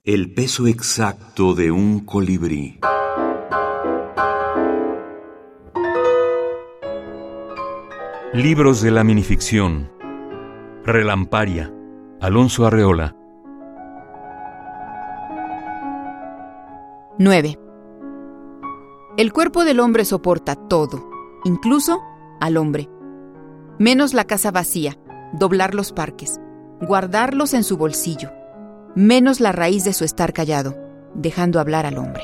El peso exacto de un colibrí. Libros de la minificción. Relamparia, Alonso Arreola. 9. El cuerpo del hombre soporta todo, incluso al hombre. Menos la casa vacía, doblar los parques, guardarlos en su bolsillo. Menos la raíz de su estar callado, dejando hablar al hombre.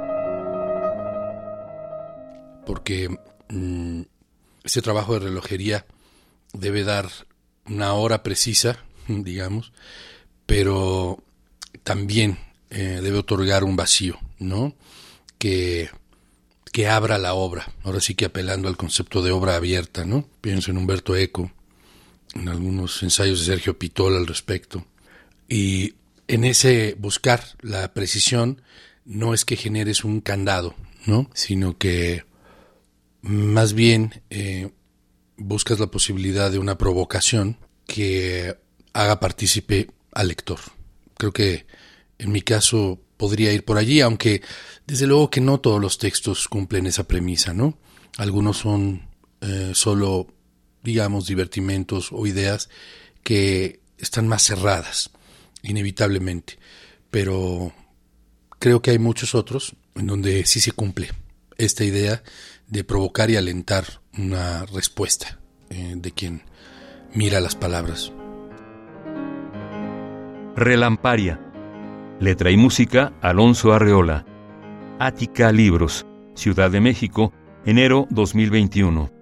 Porque este trabajo de relojería debe dar una hora precisa, digamos, pero también debe otorgar un vacío, ¿no? Que abra la obra. Ahora sí que apelando al concepto de obra abierta, ¿no? Pienso en Humberto Eco, en algunos ensayos de Sergio Pitol al respecto. Y en ese buscar la precisión no es que generes un candado, ¿no? Sino que más bien buscas la posibilidad de una provocación que haga partícipe al lector. Creo que en mi caso podría ir por allí, aunque desde luego que no todos los textos cumplen esa premisa, ¿no? Algunos son solo, digamos, divertimentos o ideas que están más cerradas, inevitablemente, pero creo que hay muchos otros en donde sí se cumple esta idea de provocar y alentar una respuesta de quien mira las palabras. Relamparia. Letra y música, Alonso Arreola. Ática Libros, Ciudad de México, enero 2021.